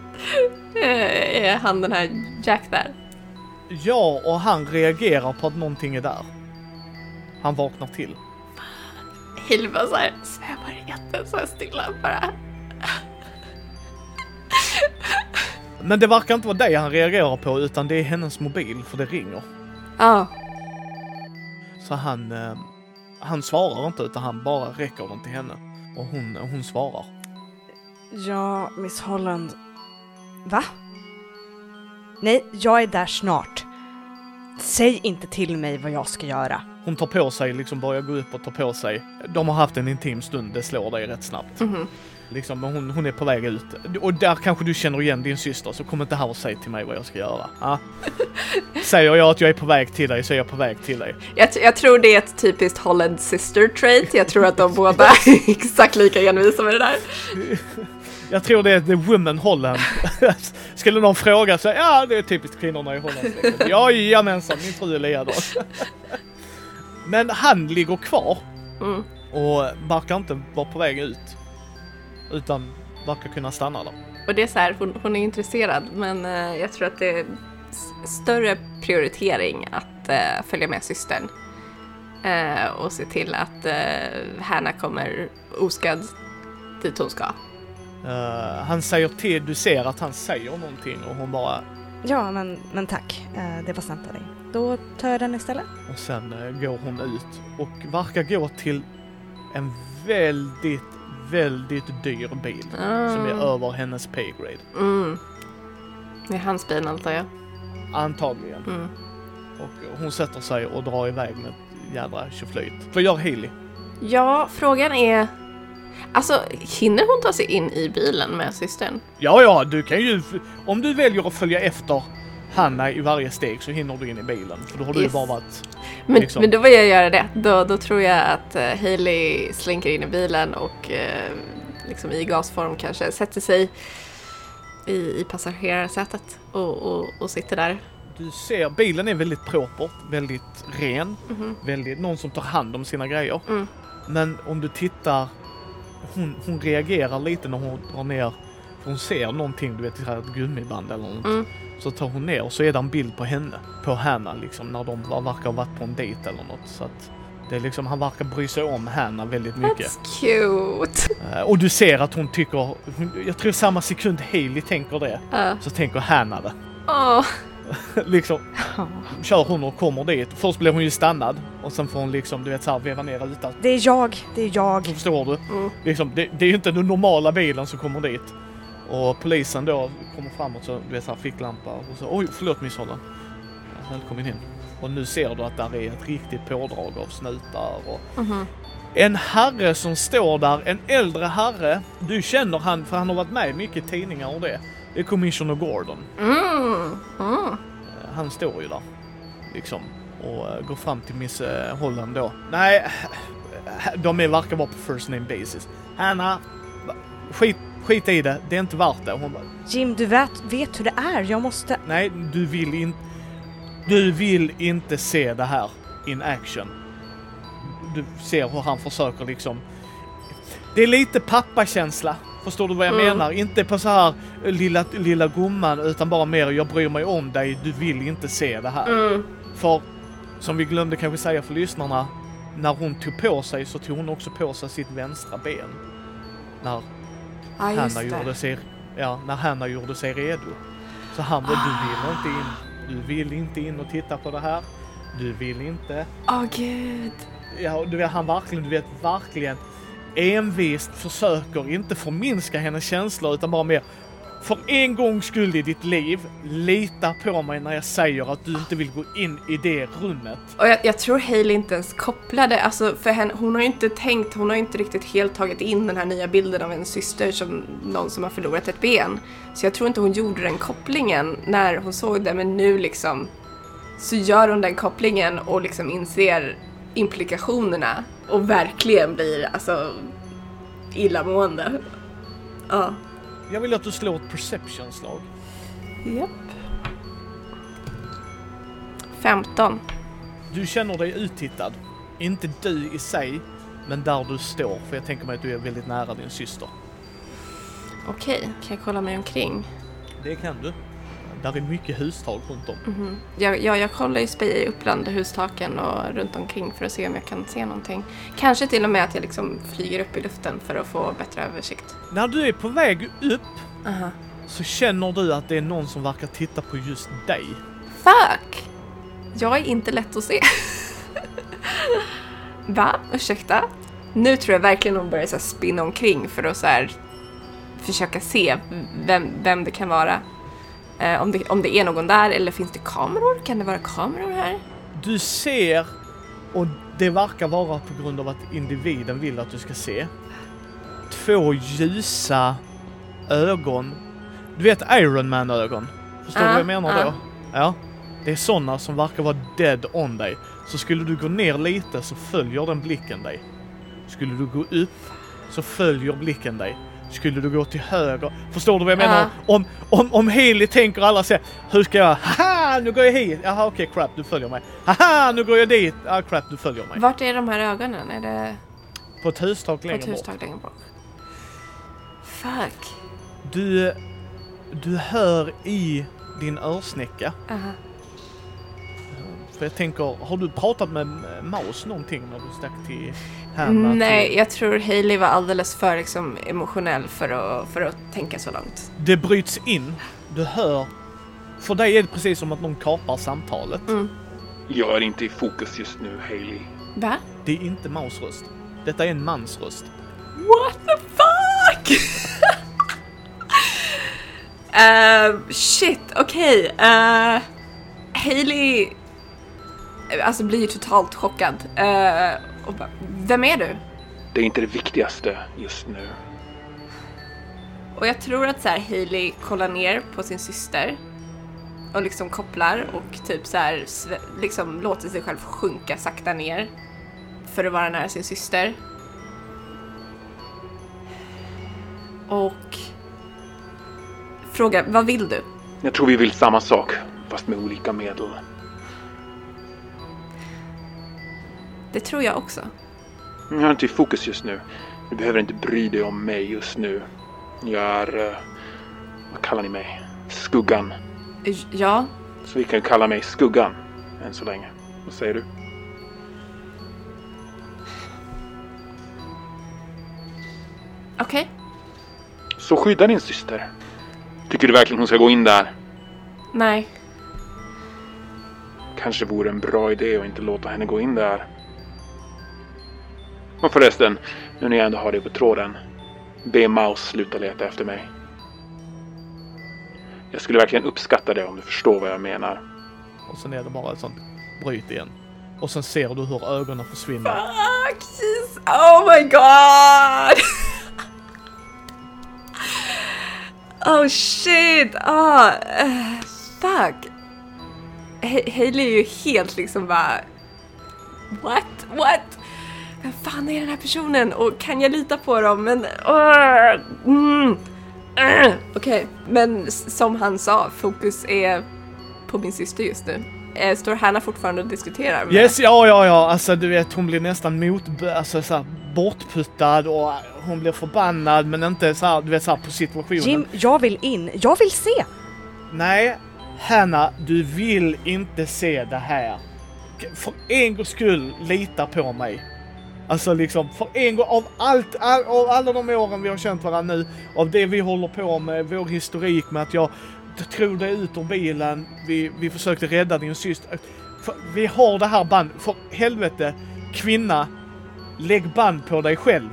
Är han den här Jack där? Ja, och han reagerar på att någonting är där. Han vaknar till. Hailey bara såhär svävar i jätten så här stilla bara. Men det verkar inte vara det han reagerar på, utan det är hennes mobil, för det ringer. Så han svarar inte, utan han bara räcker den till henne. Och hon svarar. Ja, Miss Holland. Va? Nej, jag är där snart. Säg inte till mig vad jag ska göra. Hon tar på sig, liksom börjar gå upp och ta på sig. De har haft en intim stund, det slår dig rätt snabbt. Liksom, hon är på väg ut. Och där kanske du känner igen din syster, så kom inte här och säg till mig vad jag ska göra. Säger jag att jag är på väg till dig, så är jag på väg till dig. Jag tror det är ett typiskt Holland sister trait. Jag tror att de båda är exakt lika envisa med det där. Jag tror det är The Woman Holland. Skulle någon fråga så ja, det är typiskt kvinnorna i Holland. Ja, jamensan, min fru är leder. Men han ligger kvar och verkar inte vara på väg ut, utan verkar kunna stanna där. Och det är så här, hon är intresserad, men jag tror att det är större prioritering att följa med systern och se till att Hannah kommer oskadd dit hon ska. Han säger till, du ser att han säger någonting och hon bara... Ja, men tack. Det var snällt av dig. Då tar jag den istället. Och sen går hon ut och verkar gå till en väldigt, väldigt dyr bil som är över hennes paygrade. Det är hans bil, antar jag. Antagligen. Och hon sätter sig och drar iväg med ett jädra tjoflöjt. Vad gör Hailey? Ja, frågan är... Alltså, hinner hon ta sig in i bilen med systern? Ja, du kan ju... Om du väljer att följa efter Hannah i varje steg så hinner du in i bilen. För då har du ju bara varit... Men då vill jag göra det. Då tror jag att Hailey slinker in i bilen och liksom i gasform kanske sätter sig i passagerarsätet och sitter där. Du ser, bilen är väldigt proper, väldigt ren. Väldigt, någon som tar hand om sina grejer. Men om du tittar... Hon reagerar lite när hon drar ner, för hon ser någonting, du vet, ett gummiband eller något. Så tar hon ner och så är det en bild på henne, på Hannah liksom, när de verkar ha varit på en dejt eller något. Så att det är liksom, han verkar bry sig om Hannah väldigt mycket. That's cute. Och du ser att hon tycker, jag tror samma sekund Hailey tänker det, så tänker Hannah det. liksom kör hon och kommer dit. Först blir hon ju stannad och sen får hon liksom, du vet, så här veva ner rutan. Det är jag. Så förstår du? Liksom, det är ju inte den normala bilen som kommer dit. Och polisen då kommer fram och så, du vet, så här ficklampa och så, oj, förlåt Miss Holland. Välkommen in. Och nu ser du att där är ett riktigt pådrag av snutar och en herre som står där, en äldre herre. Du känner han, för han har varit med i mycket tidningar och det. Det är Commissioner Gordon. Han står ju där liksom och går fram till Miss Holland då. Nej, de verkar vara på first name basis. Hanna, skit i det, det är inte värt det. Hon bara, Jim, du vet hur det är, jag måste... Nej, du vill inte se det här in action. Du ser hur han försöker liksom... Det är lite pappakänsla. Förstår du vad jag menar? Inte på så här lilla gumman, utan bara mer jag bryr mig om dig, du vill inte se det här. För, som vi glömde kanske säga för lyssnarna, när hon tog på sig så tog hon också på sig sitt vänstra ben. När Hanna gjorde sig redo. Så han var, du vill inte in och titta på det här. Du vill inte. Gud. Ja, du vet, han verkligen envist försöker inte förminska hennes känslor utan bara mer för en gångs skull i ditt liv, lita på mig när jag säger att du inte vill gå in i det rummet. Och jag tror Hailey inte ens kopplade, alltså för henne, hon har ju inte riktigt helt tagit in den här nya bilden av en syster som någon som har förlorat ett ben. Så jag tror inte hon gjorde den kopplingen när hon såg det, men nu liksom så gör hon den kopplingen och liksom inser implikationerna och verkligen blir alltså illamående. Ja. Jag vill att du slår ett perception-slag. Japp. 15. Du känner dig uttittad. Inte du i sig, men där du står. För jag tänker mig att du är väldigt nära din syster. Okej, kan jag kolla mig omkring? Det kan du. Där är mycket hustak runt om. Jag kollar ju i upplanda hustaken och runt omkring för att se om jag kan se någonting. Kanske till och med att jag liksom flyger upp i luften för att få bättre översikt. När du är på väg upp så känner du att det är någon som verkar titta på just dig. Fuck! Jag är inte lätt att se. Va? Ursäkta? Nu tror jag verkligen hon börjar så här spinna omkring för att så här försöka se vem det kan vara. Om det är någon där, eller finns det kameror? Kan det vara kameror här? Du ser, och det verkar vara på grund av att individen vill att du ska se, 2 ljusa ögon. Du vet Iron Man-ögon. Förstår du vad jag menar då? Ja. Det är sådana som verkar vara dead on dig. Så skulle du gå ner lite så följer den blicken dig. Skulle du gå upp så följer blicken dig. Skulle du gå till höger, förstår du vad jag menar? Om Hailey tänker alla säger, hur ska jag, haha, nu går jag hit, jaha okej, crap, du följer mig, haha, nu går jag dit, crap, du följer mig. Vart är de här ögonen? Är det på ett hustak längre bort? Fuck. Du hör i din örsnäcka. För jag tänker, har du pratat med Mouse någonting när du stack till Hanna? Nej, jag tror Hailey var alldeles för liksom emotionell för att tänka så långt. Det bryts in. Du hör. För dig är det precis som att någon kapar samtalet. Jag är inte i fokus just nu, Hailey. Va? Det är inte Mouse röst. Detta är en mans röst. What the fuck? Shit, okej. Hailey alltså blir ju totalt chockad. Och bara, vem är du? Det är inte det viktigaste just nu. Och jag tror att så här, Hailey kollar ner på sin syster och liksom kopplar och typ så här liksom låter sig själv sjunka sakta ner för att vara nära sin syster. Och frågar, vad vill du? Jag tror vi vill samma sak, fast med olika medel. Det tror jag också. Jag är inte i fokus just nu. Du behöver inte bry dig om mig just nu. Jag är... vad kallar ni mig? Skuggan. Ja. Så vi kan kalla mig Skuggan än så länge. Vad säger du? Okej. Så skydda din syster. Tycker du verkligen hon ska gå in där? Nej. kanske vore en bra idé att inte låta henne gå in där. Och förresten, nu när jag ändå har det på tråden, be Maus sluta leta efter mig. Jag skulle verkligen uppskatta det om du förstår vad jag menar. Och sen är det bara ett sånt bryt igen. Och sen ser du hur ögonen försvinner. Fuck, jeez. Oh my god! Oh shit! Fuck! Hailey är ju helt liksom bara... What? Vem fan är den här personen? Och kan jag lita på dem? Men... Okej, men som han sa, fokus är på min syster just nu. Står Hanna fortfarande och diskuterar med? Yes, ja. Alltså du vet, hon blir nästan bortputtad och hon blir förbannad, men inte så här, du vet, så här på situationen. Jim, jag vill in. Jag vill se. Nej, Hanna, du vill inte se det här. För en gångs skull, lita på mig. Alltså liksom, för en gång av alla de åren vi har känt varandra nu, av det vi håller på med, vår historik med att jag tror dig ut ur bilen, vi försökte rädda din syster. Vi har det här band, för helvete, kvinna, lägg band på dig själv.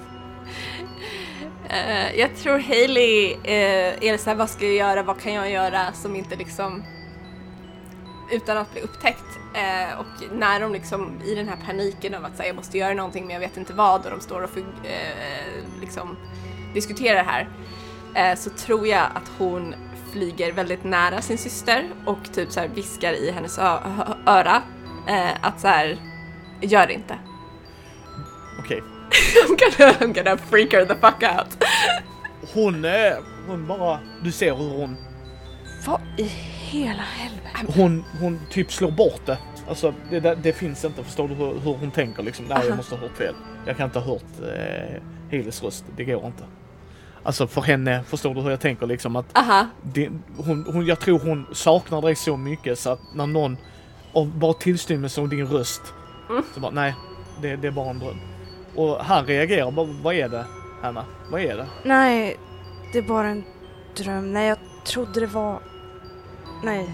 Jag tror Hailey är så här, vad ska jag göra, vad kan jag göra som inte liksom utan att bli upptäckt, och när de liksom i den här paniken av att säga jag måste göra någonting men jag vet inte vad, och de står och liksom diskuterar det här, så tror jag att hon flyger väldigt nära sin syster och typ så här viskar i hennes öra att så här, gör det inte. Okej. I'm gonna freak her the fuck out. Hon bara, du ser hur hon... Vad i hela helvete? Hon typ slår bort det. Alltså det finns inte, förstår du hur hon tänker liksom. Nej, jag måste ha hört fel. Jag kan inte ha hört Haileys röst, det går inte. Alltså för henne, förstår du hur jag tänker liksom att jag tror hon saknar dig så mycket så att när någon bara tillstymmelse om din röst så bara, nej, det är bara en dröm. Och han reagerar bara, vad är det, Hanna? Vad är det? Nej, det är bara en dröm. Nej, jag trodde det var... Nej.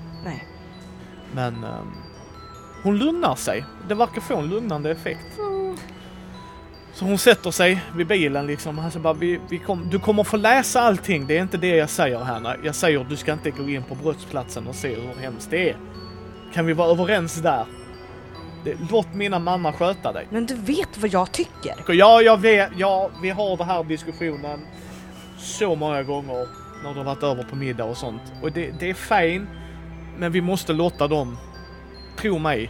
Men hon lugnar sig. Det verkar få en lugnande effekt. Så hon sätter sig vid bilen liksom. Han säger bara, du kommer få läsa allting. Det är inte det jag säger, Hanna. Jag säger att du ska inte gå in på brottsplatsen och se hur hemskt det är. Kan vi vara överens där? Låt mina mamma sköta dig. Men du vet vad jag tycker. Ja, jag vet. Ja, vi har den här diskussionen så många gånger när du har varit över på middag och sånt. Och det är fint. Men vi måste låta dem. Tro mig.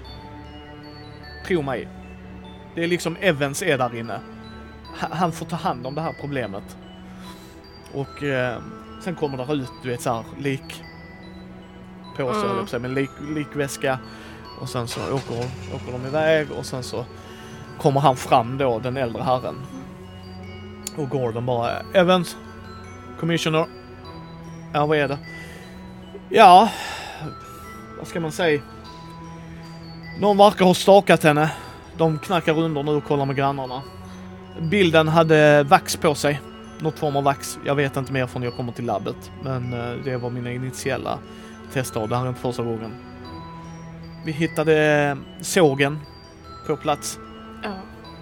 Det är liksom Evans är där inne. Han får ta hand om det här problemet. Och sen kommer det ut, du vet, så här lik på sig, höll sig med likväska. Och sen så åker de iväg och sen så kommer han fram då, den äldre herren. Och Gordon bara, Evans, commissioner. Ja, vad är det? Ja, vad ska man säga? Någon verkar ha stakat henne. De knackar under nu och kollar med grannarna. Bilden hade vax på sig. Något form av vax. Jag vet inte mer förrän jag kommer till labbet. Men det var mina initiala tester. Det här är inte första gången. Vi hittade sågen på plats. Ja.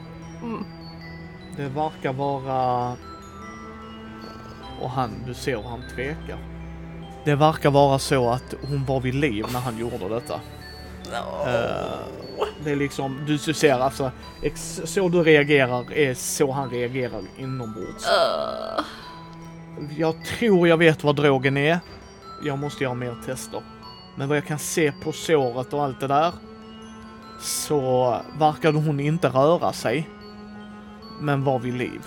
Det verkar vara... Och du ser hur han tvekar. Det verkar vara så att hon var vid liv när han gjorde detta. Det är liksom, du ser alltså, så du reagerar är så han reagerar inombords. Jag tror jag vet vad drogen är. Jag måste göra mer tester. Men vad jag kan se på såret och allt det där, så verkade hon inte röra sig, men var vid liv.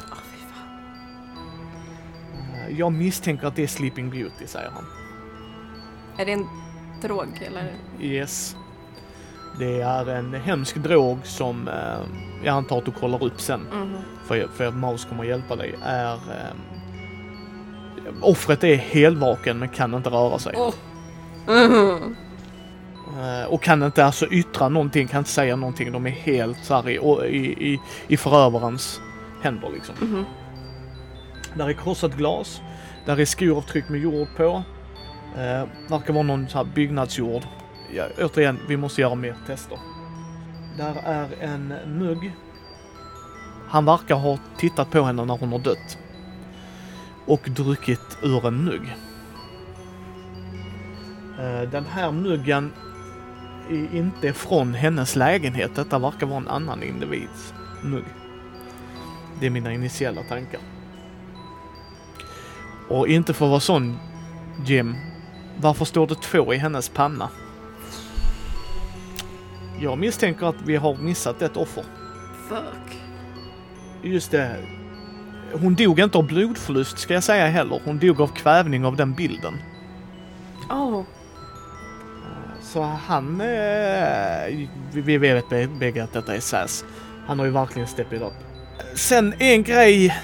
Jag misstänker att det är Sleeping Beauty, säger han. Är det en drog eller? Yes. Det är en hemsk drog som jag antar att du kollar upp sen. För att Maus kommer hjälpa dig. Offret är helvaken men kan inte röra sig. Och kan inte alltså yttra någonting, kan inte säga någonting. De är helt så här i förövarens händer liksom. Där är krossat glas. Där är skoavtryck med jord på. Verkar vara någon så här byggnadsjord återigen, vi måste göra mer tester. Där är en mugg. Han verkar ha tittat på henne när hon har dött. Och druckit ur en mugg. Den här muggen är inte från hennes lägenhet. Detta verkar vara en annan individs mugg. Det är mina initiala tankar. Och inte för att vara sån, Jim. Varför står det 2 i hennes panna? Jag misstänker att vi har missat ett offer. Fuck. Just det. Hon dog inte av blodförlust ska jag säga heller. Hon dog av kvävning av den bilden. Så han... vi vet bägge att detta är Sass. Han har ju verkligen steppet upp. Sen en grej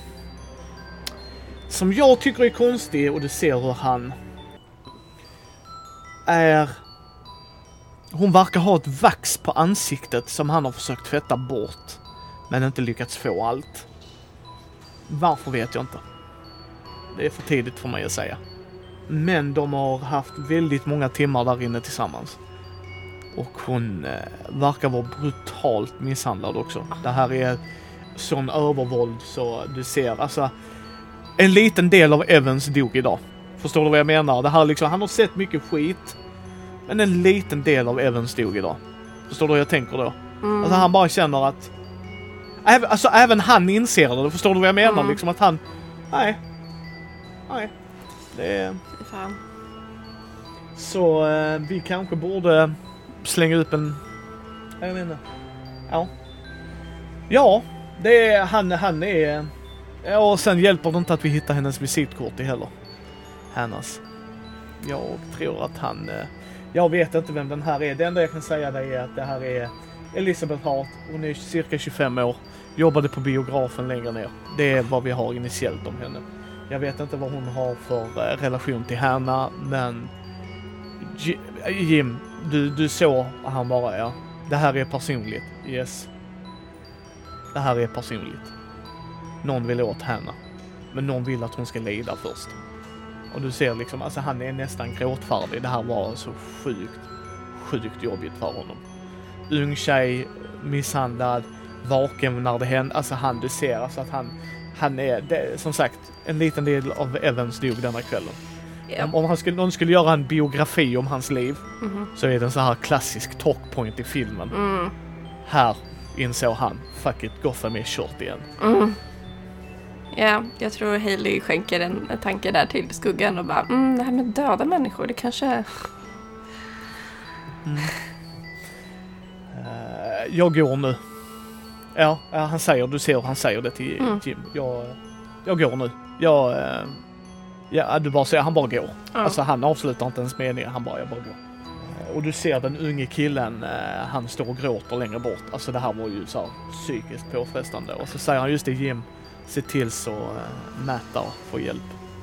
som jag tycker är konstig, och du ser hur han är... Hon verkar ha ett vax på ansiktet som han har försökt tvätta bort. Men inte lyckats få allt. Varför vet jag inte. Det är för tidigt för mig att säga. Men de har haft väldigt många timmar där inne tillsammans. Och hon verkar vara brutalt misshandlad också. Det här är sån övervåld så du ser. Alltså, en liten del av Evans dog idag. Förstår du vad jag menar? Det här liksom, han har sett mycket skit. Men en liten del av Evans dog idag. Förstår du vad jag tänker då? Alltså han bara känner att... Även han inser det. Förstår du vad jag menar? Liksom att han... Nej. Det är... Fan. Så vi kanske borde slänga upp en... Jag vet inte. Ja. Ja, det är... Han är... Ja, och sen hjälper det inte att vi hittar hennes visitkort i heller. Hannas. Jag tror att han... Jag vet inte vem den här är. Det enda jag kan säga är att det här är Elizabeth Hart. Hon är cirka 25 år. Jobbade på biografen längre ner. Det är vad vi har initiellt om henne. Jag vet inte vad hon har för relation till Hanna, men Jim, du såg han bara, ja. Det här är personligt. Yes. Det här är personligt. Någon vill åt Hanna. Men någon vill att hon ska lida först. Och du ser liksom, alltså han är nästan gråtfärdig. Det här var så sjukt jobbigt för honom. Ung tjej, misshandlad, vaken när det hände. Alltså du ser alltså att han är, det, som sagt, en liten del av Evans dog denna kvällen. Yeah. Om någon skulle göra en biografi om hans liv så är det en så här klassisk talkpoint i filmen. Här insåg han, fuck it, Gotham är kört igen. Ja, jag tror Hailey skänker en tanke där till skuggan och bara, det här med döda människor, det kanske... Jag går nu. Ja, han säger, du ser, han säger det till Jim. Jag går nu. Du bara säger, han bara går. Alltså han avslutar inte ens meningen, jag bara går. Och du ser den unge killen, han står och gråter längre bort. Alltså det här var ju så här psykiskt påfrestande. Och så säger han just det, Jim, se till så Matt får hjälp.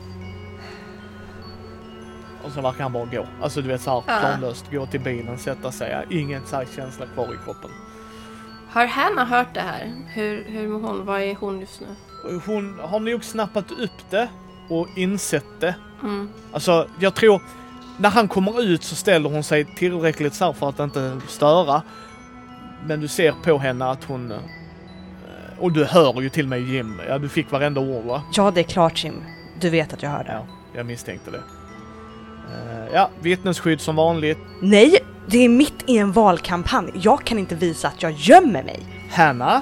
Och så verkar han bara gå. Alltså du vet så här planlöst, gå till bilen, sätta sig. Ingen så här känsla kvar i kroppen. Har Hanna hört det här? Hur mår hon? Vad är hon just nu? Hon har nog snappat upp det och insett det. Alltså jag tror när han kommer ut så ställer hon sig tillräckligt så här för att inte störa. Men du ser på henne att hon... Och du hör ju till mig, Jim. Ja, du fick varenda ord, va? Ja, det är klart, Jim. Du vet att jag hör det. Ja, jag misstänkte det. Vittnesskydd som vanligt. Nej, det är mitt i en valkampanj. Jag kan inte visa att jag gömmer mig. Hanna?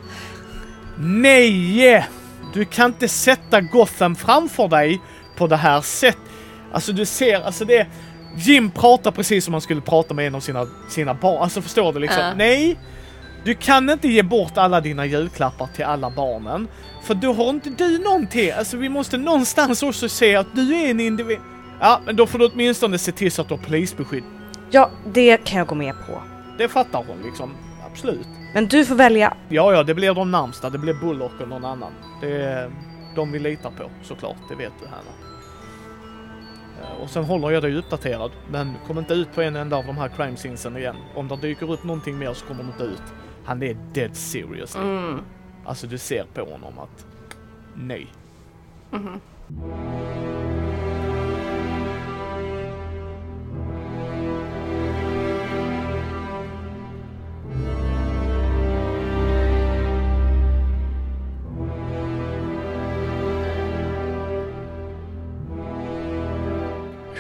Nej! Du kan inte sätta Gotham framför dig på det här sättet. Alltså du ser, alltså det... Jim pratar precis som han skulle prata med en av sina barn. Alltså förstår du liksom? Nej! Du kan inte ge bort alla dina julklappar till alla barnen. För då har inte du någonting. Alltså vi måste någonstans också se att du är en individ. Ja, men då får du åtminstone se till så att du har polisbeskydd. Ja, det kan jag gå med på. Det fattar hon liksom. Absolut. Men du får välja. Ja, det blir de närmsta. Det blir Bullock och någon annan. Det är de vi litar på, såklart. Det vet du, Hanna. Och sen håller jag dig uppdaterad. Men kom inte ut på en enda av de här crime scenesen igen. Om det dyker upp någonting mer så kommer du inte ut. Han är dead serious. Alltså du ser på honom att nej.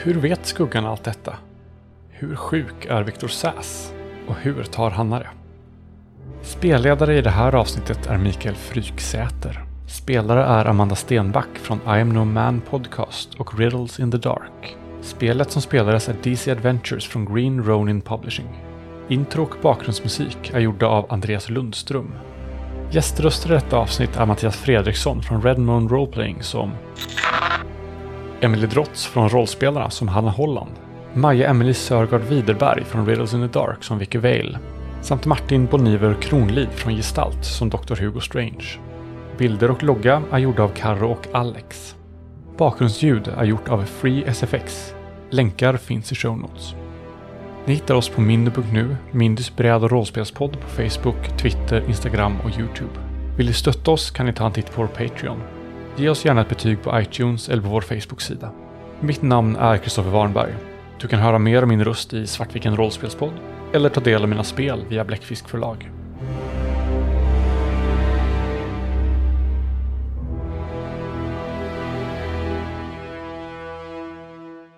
Hur vet skuggan allt detta? Hur sjuk är Victor Sass? Och hur tar Hanna det? Spelledare i det här avsnittet är Mikael Fryksäter. Spelare är Amanda Stenback från I Am No Man Podcast och Riddles in the Dark. Spelet som spelades är DC Adventures från Green Ronin Publishing. Intro och bakgrundsmusik är gjorda av Andreas Lundström. Gäströster i detta avsnitt är Mattias Fredriksson från Red Moon Roleplaying som Emily Drotz från Rollspelarna som Hanna Holland, Maja Emily Sörgard Widerberg från Riddles in the Dark som Vicky Vale, samt Martin Boniver Kronlid från Gestalt som Dr. Hugo Strange. Bilder och logga är gjorda av Karo och Alex. Bakgrundsljud är gjort av Free SFX. Länkar finns i show notes. Ni hittar oss på mindy.nu, Mindys bräd- och rollspelspodd på Facebook, Twitter, Instagram och YouTube. Vill ni stötta oss kan ni ta en titt på vår Patreon. Ge oss gärna ett betyg på iTunes eller på vår Facebook-sida. Mitt namn är Kristoffer Warnberg. Du kan höra mer om min röst i Svartviken rollspelspodd eller ta del av mina spel via Bläckfisk förlag.